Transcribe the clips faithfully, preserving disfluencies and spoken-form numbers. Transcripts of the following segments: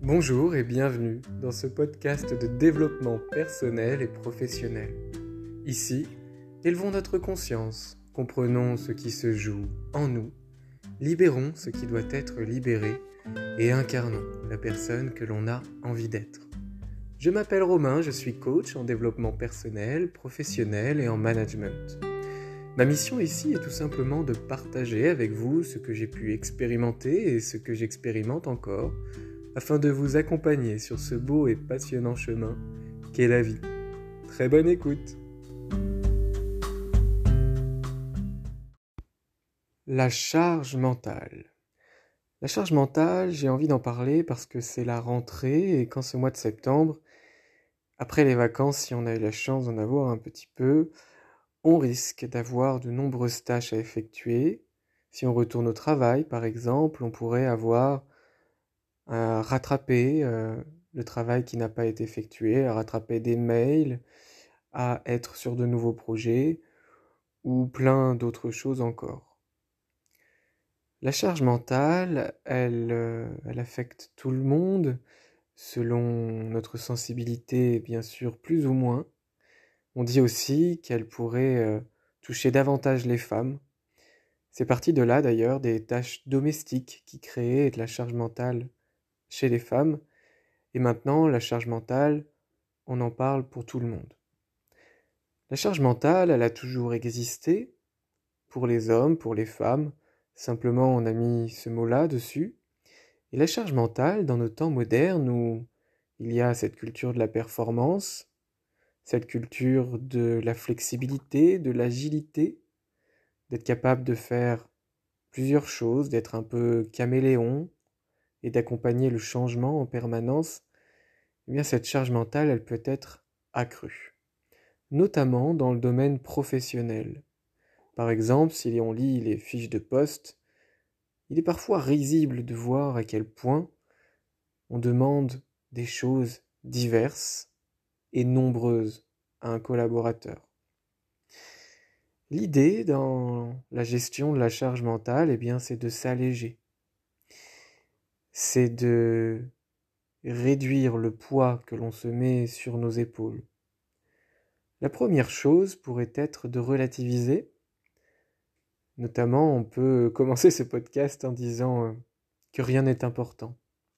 Bonjour et bienvenue dans ce podcast de développement personnel et professionnel. Ici, élevons notre conscience, comprenons ce qui se joue en nous, libérons ce qui doit être libéré et incarnons la personne que l'on a envie d'être. Je m'appelle Romain, je suis coach en développement personnel, professionnel et en management. Ma mission ici est tout simplement de partager avec vous ce que j'ai pu expérimenter et ce que j'expérimente encore, afin de vous accompagner sur ce beau et passionnant chemin qu'est la vie. Très bonne écoute! La charge mentale. La charge mentale, j'ai envie d'en parler parce que c'est la rentrée et qu'en ce mois de septembre, après les vacances, si on a eu la chance d'en avoir un petit peu, on risque d'avoir de nombreuses tâches à effectuer. Si on retourne au travail, par exemple, on pourrait avoir à rattraper euh, le travail qui n'a pas été effectué, à rattraper des mails, à être sur de nouveaux projets ou plein d'autres choses encore. La charge mentale, elle, euh, elle affecte tout le monde selon notre sensibilité, bien sûr, plus ou moins. On dit aussi qu'elle pourrait euh, toucher davantage les femmes. C'est parti de là d'ailleurs des tâches domestiques qui créaient de la charge mentale chez les femmes. Et maintenant, la charge mentale, on en parle pour tout le monde. La charge mentale, elle a toujours existé, pour les hommes, pour les femmes. Simplement, on a mis ce mot-là dessus. Et la charge mentale, dans nos temps modernes, où il y a cette culture de la performance, cette culture de la flexibilité, de l'agilité, d'être capable de faire plusieurs choses, d'être un peu caméléon et d'accompagner le changement en permanence, eh bien cette charge mentale, elle peut être accrue, notamment dans le domaine professionnel. Par exemple, si on lit les fiches de poste, il est parfois risible de voir à quel point on demande des choses diverses et nombreuses à un collaborateur. L'idée dans la gestion de la charge mentale, eh bien, c'est de s'alléger. C'est de réduire le poids que l'on se met sur nos épaules. La première chose pourrait être de relativiser. Notamment, on peut commencer ce podcast en disant euh, que rien n'est important.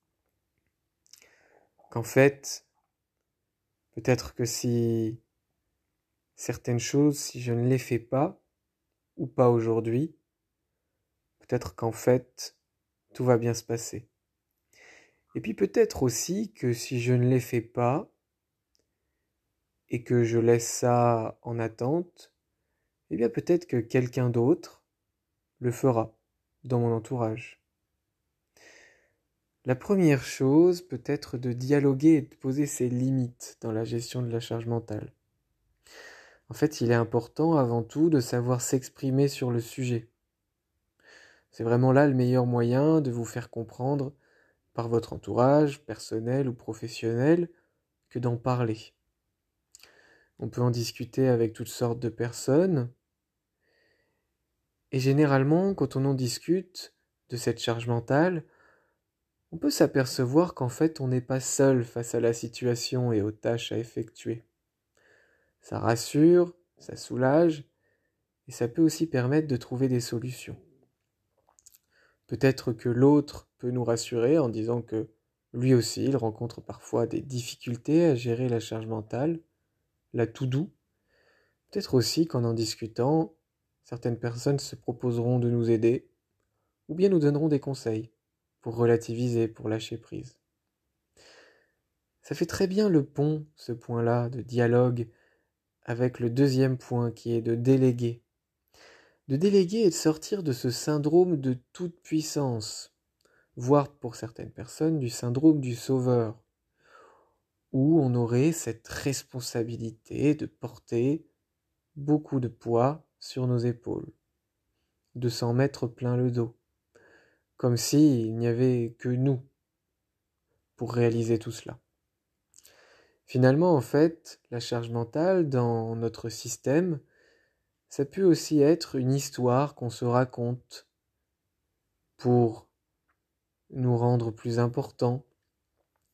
Qu'en fait, peut-être que si certaines choses, si je ne les fais pas, ou pas aujourd'hui, peut-être qu'en fait, tout va bien se passer. Et puis peut-être aussi que si je ne les fais pas, et que je laisse ça en attente, eh bien peut-être que quelqu'un d'autre le fera dans mon entourage. La première chose peut être de dialoguer et de poser ses limites dans la gestion de la charge mentale. En fait, il est important avant tout de savoir s'exprimer sur le sujet. C'est vraiment là le meilleur moyen de vous faire comprendre par votre entourage, personnel ou professionnel, que d'en parler. On peut en discuter avec toutes sortes de personnes. Et généralement, quand on en discute de cette charge mentale, on peut s'apercevoir qu'en fait, on n'est pas seul face à la situation et aux tâches à effectuer. Ça rassure, ça soulage, et ça peut aussi permettre de trouver des solutions. Peut-être que l'autre peut nous rassurer en disant que lui aussi, il rencontre parfois des difficultés à gérer la charge mentale, la to-do. Peut-être aussi qu'en en discutant, certaines personnes se proposeront de nous aider, ou bien nous donneront des conseils pour relativiser, pour lâcher prise. Ça fait très bien le pont, ce point-là, de dialogue, avec le deuxième point qui est de déléguer. De déléguer et de sortir de ce syndrome de toute puissance, voire pour certaines personnes du syndrome du sauveur, où on aurait cette responsabilité de porter beaucoup de poids sur nos épaules, de s'en mettre plein le dos, comme s'il n'y avait que nous pour réaliser tout cela. Finalement, en fait, la charge mentale dans notre système, ça peut aussi être une histoire qu'on se raconte pour nous rendre plus importants,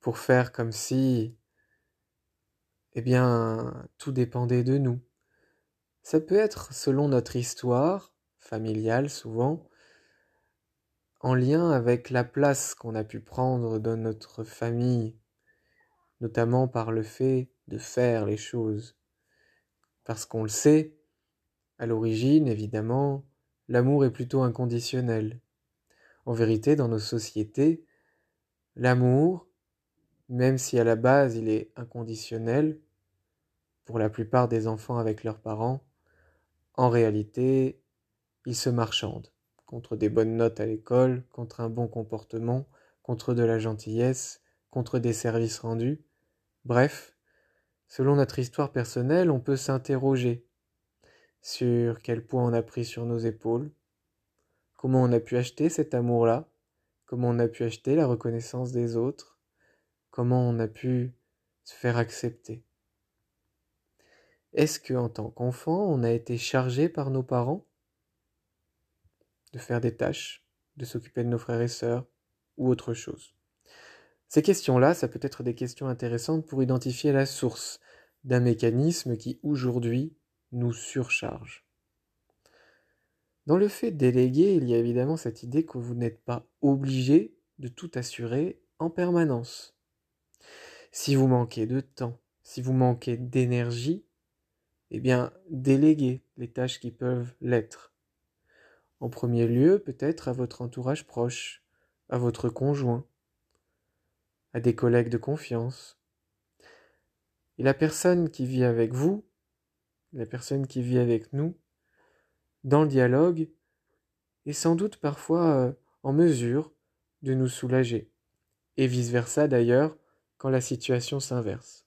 pour faire comme si, eh bien, tout dépendait de nous. Ça peut être, selon notre histoire, familiale souvent, en lien avec la place qu'on a pu prendre dans notre famille, notamment par le fait de faire les choses. Parce qu'on le sait, à l'origine, évidemment, l'amour est plutôt inconditionnel. En vérité, dans nos sociétés, l'amour, même si à la base il est inconditionnel, pour la plupart des enfants avec leurs parents, en réalité, il se marchande, contre des bonnes notes à l'école, contre un bon comportement, contre de la gentillesse, contre des services rendus. Bref, selon notre histoire personnelle, on peut s'interroger sur quel poids on a pris sur nos épaules, comment on a pu acheter cet amour-là, comment on a pu acheter la reconnaissance des autres, comment on a pu se faire accepter. Est-ce qu'en tant qu'enfant, on a été chargé par nos parents de faire des tâches, de s'occuper de nos frères et sœurs, ou autre chose? Ces questions-là, ça peut être des questions intéressantes pour identifier la source d'un mécanisme qui, aujourd'hui, nous surcharge. Dans le fait de déléguer, il y a évidemment cette idée que vous n'êtes pas obligé de tout assurer en permanence. Si vous manquez de temps, si vous manquez d'énergie, eh bien, déléguez les tâches qui peuvent l'être. En premier lieu, peut-être à votre entourage proche, à votre conjoint, à des collègues de confiance. Et la personne qui vit avec vous, la personne qui vit avec nous, dans le dialogue, est sans doute parfois euh, en mesure de nous soulager. Et vice-versa d'ailleurs, quand la situation s'inverse.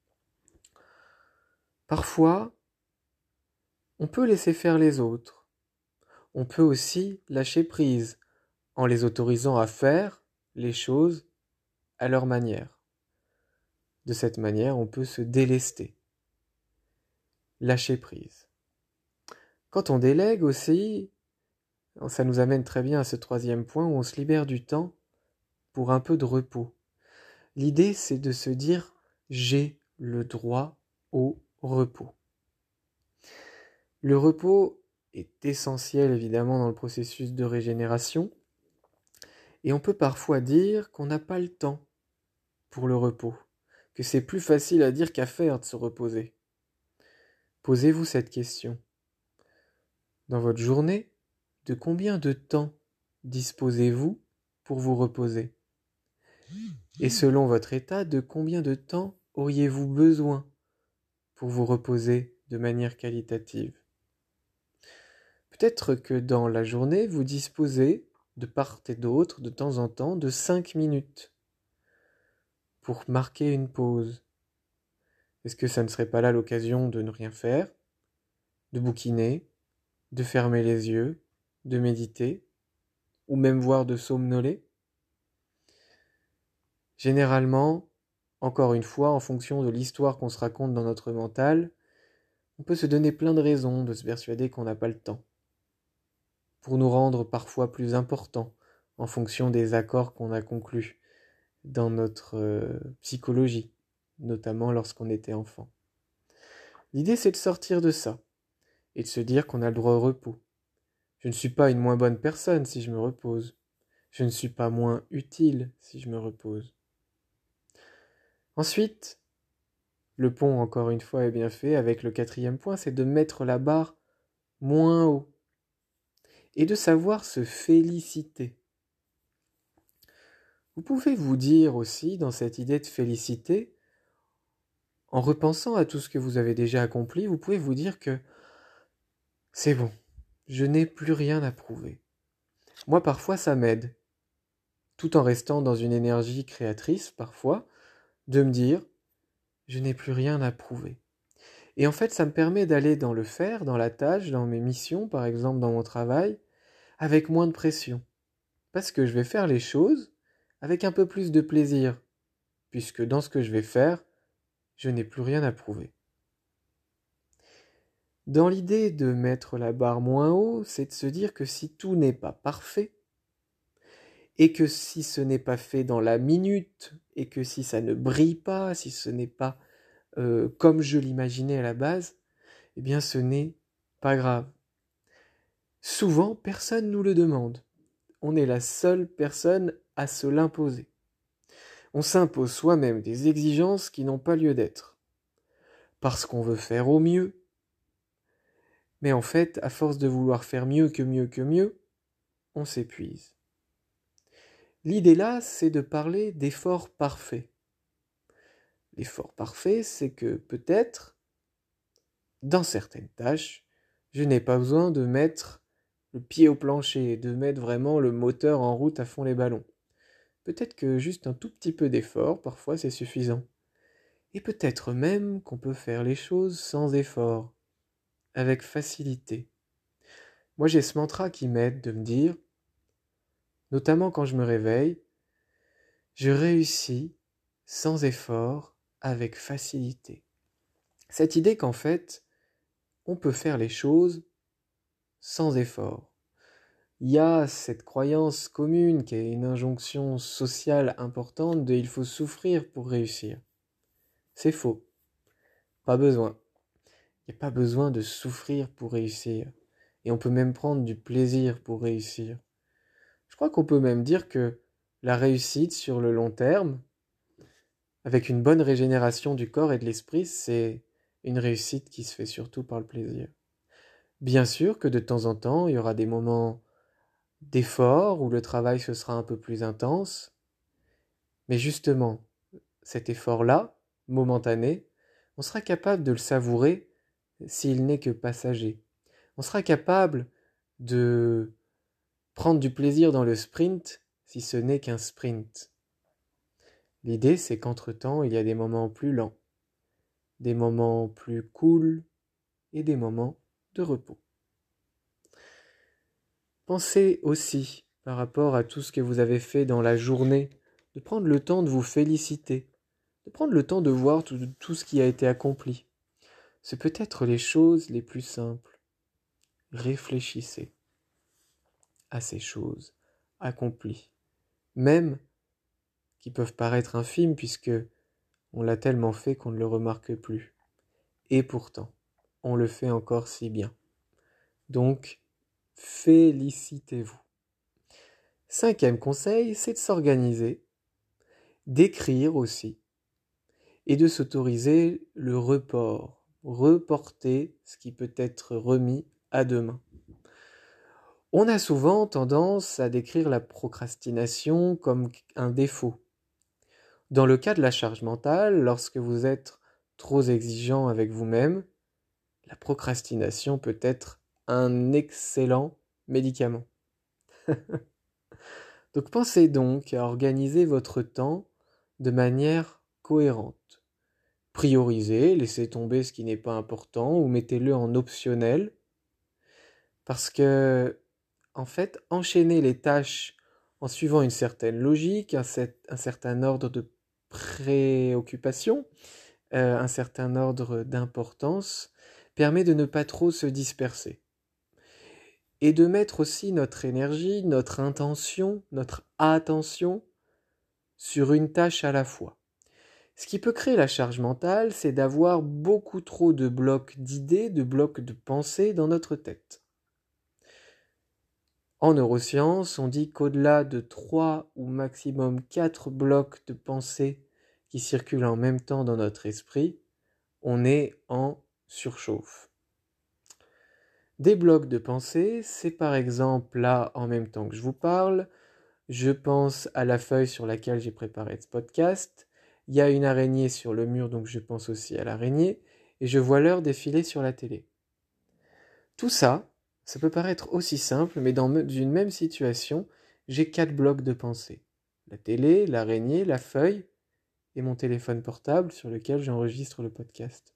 Parfois, on peut laisser faire les autres. On peut aussi lâcher prise en les autorisant à faire les choses à leur manière. De cette manière, on peut se délester, lâcher prise. Quand on délègue aussi, ça nous amène très bien à ce troisième point où on se libère du temps pour un peu de repos. L'idée, c'est de se dire « j'ai le droit au repos ». Le repos est essentiel évidemment dans le processus de régénération et on peut parfois dire qu'on n'a pas le temps pour le repos, que c'est plus facile à dire qu'à faire de se reposer. Posez-vous cette question. Dans votre journée, de combien de temps disposez-vous pour vous reposer ? Et selon votre état, de combien de temps auriez-vous besoin pour vous reposer de manière qualitative ? Peut-être que dans la journée, vous disposez, de part et d'autre, de temps en temps, de cinq minutes pour marquer une pause. Est-ce que ça ne serait pas là l'occasion de ne rien faire, de bouquiner, de fermer les yeux, de méditer, ou même voire de somnoler ? Généralement, encore une fois, en fonction de l'histoire qu'on se raconte dans notre mental, on peut se donner plein de raisons de se persuader qu'on n'a pas le temps, pour nous rendre parfois plus importants en fonction des accords qu'on a conclus dans notre euh, psychologie, notamment lorsqu'on était enfant. L'idée, c'est de sortir de ça et de se dire qu'on a le droit au repos. Je ne suis pas une moins bonne personne si je me repose. Je ne suis pas moins utile si je me repose. Ensuite, le pont, encore une fois, est bien fait avec le quatrième point, c'est de mettre la barre moins haut et de savoir se féliciter. Vous pouvez vous dire aussi, dans cette idée de féliciter, en repensant à tout ce que vous avez déjà accompli, vous pouvez vous dire que c'est bon, je n'ai plus rien à prouver. Moi, parfois, ça m'aide, tout en restant dans une énergie créatrice, parfois, de me dire, je n'ai plus rien à prouver. Et en fait, ça me permet d'aller dans le faire, dans la tâche, dans mes missions, par exemple dans mon travail, avec moins de pression. Parce que je vais faire les choses avec un peu plus de plaisir, puisque dans ce que je vais faire, je n'ai plus rien à prouver. Dans l'idée de mettre la barre moins haut, c'est de se dire que si tout n'est pas parfait, et que si ce n'est pas fait dans la minute, et que si ça ne brille pas, si ce n'est pas euh, comme je l'imaginais à la base, eh bien ce n'est pas grave. Souvent, personne nous le demande. On est la seule personne à se l'imposer. On s'impose soi-même des exigences qui n'ont pas lieu d'être. Parce qu'on veut faire au mieux. Mais en fait, à force de vouloir faire mieux que mieux que mieux, on s'épuise. L'idée là, c'est de parler d'effort parfait. L'effort parfait, c'est que peut-être, dans certaines tâches, je n'ai pas besoin de mettre le pied au plancher, de mettre vraiment le moteur en route à fond les ballons. Peut-être que juste un tout petit peu d'effort, parfois c'est suffisant. Et peut-être même qu'on peut faire les choses sans effort, avec facilité. Moi j'ai ce mantra qui m'aide de me dire, notamment quand je me réveille, je réussis sans effort, avec facilité. Cette idée qu'en fait, on peut faire les choses sans effort. Il y a cette croyance commune qui est une injonction sociale importante de il faut souffrir pour réussir. C'est faux. Pas besoin. Il n'y a pas besoin de souffrir pour réussir. Et on peut même prendre du plaisir pour réussir. Je crois qu'on peut même dire que la réussite sur le long terme, avec une bonne régénération du corps et de l'esprit, c'est une réussite qui se fait surtout par le plaisir. Bien sûr que de temps en temps, il y aura des moments d'effort où le travail se sera un peu plus intense, mais justement, cet effort-là, momentané, on sera capable de le savourer s'il n'est que passager. On sera capable de prendre du plaisir dans le sprint si ce n'est qu'un sprint. L'idée, c'est qu'entre-temps, il y a des moments plus lents, des moments plus cool et des moments de repos. Pensez aussi, par rapport à tout ce que vous avez fait dans la journée, de prendre le temps de vous féliciter, de prendre le temps de voir tout, tout ce qui a été accompli. C'est peut-être les choses les plus simples. Réfléchissez à ces choses accomplies, même qui peuvent paraître infimes puisque on l'a tellement fait qu'on ne le remarque plus. Et pourtant, on le fait encore si bien. Donc, félicitez-vous. Cinquième conseil, c'est de s'organiser, d'écrire aussi, et de s'autoriser le report, reporter ce qui peut être remis à demain. On a souvent tendance à décrire la procrastination comme un défaut. Dans le cas de la charge mentale, lorsque vous êtes trop exigeant avec vous-même, la procrastination peut être un excellent médicament. Donc pensez donc à organiser votre temps de manière cohérente. Priorisez, laissez tomber ce qui n'est pas important ou mettez-le en optionnel. Parce que, en fait, enchaîner les tâches en suivant une certaine logique, un, un certain ordre de préoccupation, euh, un certain ordre d'importance, permet de ne pas trop se disperser. Et de mettre aussi notre énergie, notre intention, notre attention sur une tâche à la fois. Ce qui peut créer la charge mentale, c'est d'avoir beaucoup trop de blocs d'idées, de blocs de pensées dans notre tête. En neurosciences, on dit qu'au-delà de trois ou maximum quatre blocs de pensées qui circulent en même temps dans notre esprit, on est en surchauffe. Des blocs de pensée, c'est par exemple là, en même temps que je vous parle, je pense à la feuille sur laquelle j'ai préparé ce podcast, il y a une araignée sur le mur, donc je pense aussi à l'araignée, et je vois l'heure défiler sur la télé. Tout ça, ça peut paraître aussi simple, mais dans une même situation, j'ai quatre blocs de pensée. La télé, l'araignée, la feuille, et mon téléphone portable sur lequel j'enregistre le podcast.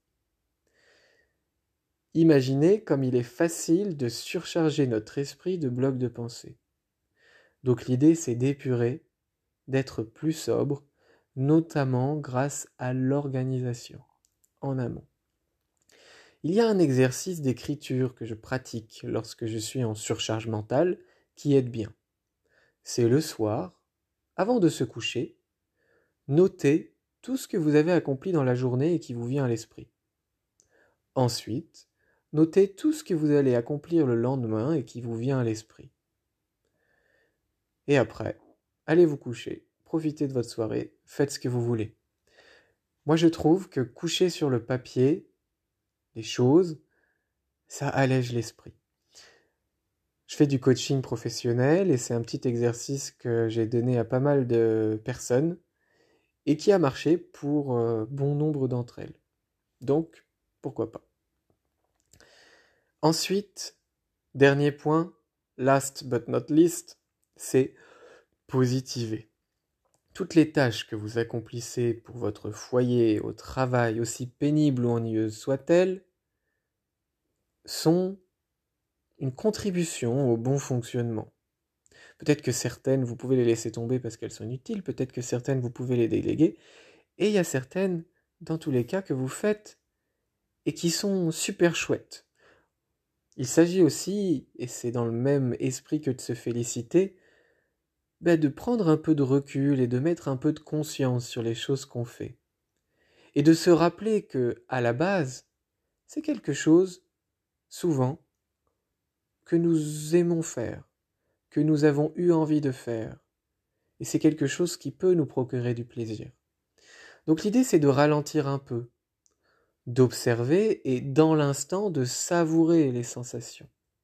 Imaginez comme il est facile de surcharger notre esprit de blocs de pensée. Donc l'idée, c'est d'épurer, d'être plus sobre, notamment grâce à l'organisation, en amont. Il y a un exercice d'écriture que je pratique lorsque je suis en surcharge mentale qui aide bien. c'est le soir, avant de se coucher, notez tout ce que vous avez accompli dans la journée et qui vous vient à l'esprit. Ensuite, notez tout ce que vous allez accomplir le lendemain et qui vous vient à l'esprit. Et après, allez vous coucher, profitez de votre soirée, faites ce que vous voulez. Moi, je trouve que coucher sur le papier les choses, ça allège l'esprit. Je fais du coaching professionnel et c'est un petit exercice que j'ai donné à pas mal de personnes et qui a marché pour euh, bon nombre d'entre elles. Donc, pourquoi pas. Ensuite, dernier point, last but not least, c'est positiver. Toutes les tâches que vous accomplissez pour votre foyer, au travail, aussi pénibles ou ennuyeuses soient-elles, sont une contribution au bon fonctionnement. Peut-être que certaines, vous pouvez les laisser tomber parce qu'elles sont inutiles, peut-être que certaines, vous pouvez les déléguer, et il y a certaines, dans tous les cas, que vous faites et qui sont super chouettes. Il s'agit aussi, et c'est dans le même esprit que de se féliciter, ben de prendre un peu de recul et de mettre un peu de conscience sur les choses qu'on fait. Et de se rappeler que, à la base, c'est quelque chose, souvent, que nous aimons faire, que nous avons eu envie de faire. Et c'est quelque chose qui peut nous procurer du plaisir. Donc l'idée, c'est de ralentir un peu, d'observer et dans l'instant de savourer les sensations.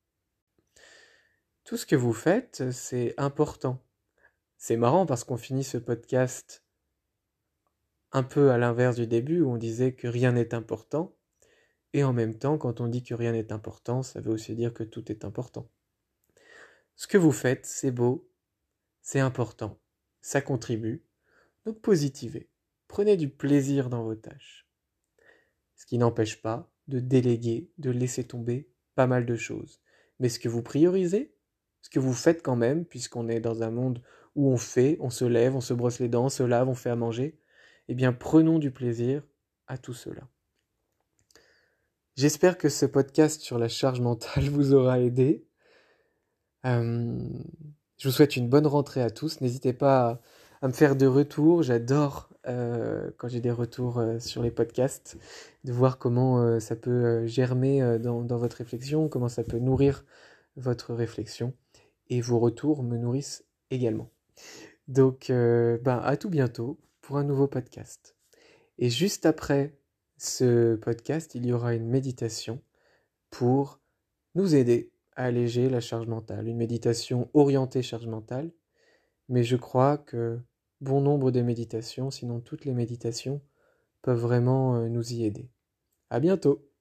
Tout ce que vous faites, c'est important. C'est marrant parce qu'on finit ce podcast un peu à l'inverse du début où on disait que rien n'est important. Et en même temps, quand on dit que rien n'est important, ça veut aussi dire que tout est important. Ce que vous faites, c'est beau, c'est important, ça contribue, donc positivez. Prenez du plaisir dans vos tâches. Ce qui n'empêche pas de déléguer, de laisser tomber pas mal de choses. Mais ce que vous priorisez, ce que vous faites quand même, puisqu'on est dans un monde où on fait, on se lève, on se brosse les dents, on se lave, on fait à manger, eh bien prenons du plaisir à tout cela. J'espère que ce podcast sur la charge mentale vous aura aidé. Euh, je vous souhaite une bonne rentrée à tous. N'hésitez pas à, à me faire de retours. J'adore euh, quand j'ai des retours euh, sur les podcasts, de voir comment euh, ça peut euh, germer euh, dans, dans votre réflexion, comment ça peut nourrir votre réflexion. Et vos retours me nourrissent également. Donc, euh, ben, à tout bientôt pour un nouveau podcast. Et juste après ce podcast, il y aura une méditation pour nous aider à alléger la charge mentale. Une méditation orientée charge mentale, mais je crois que bon nombre de méditations, sinon toutes les méditations, peuvent vraiment nous y aider. À bientôt!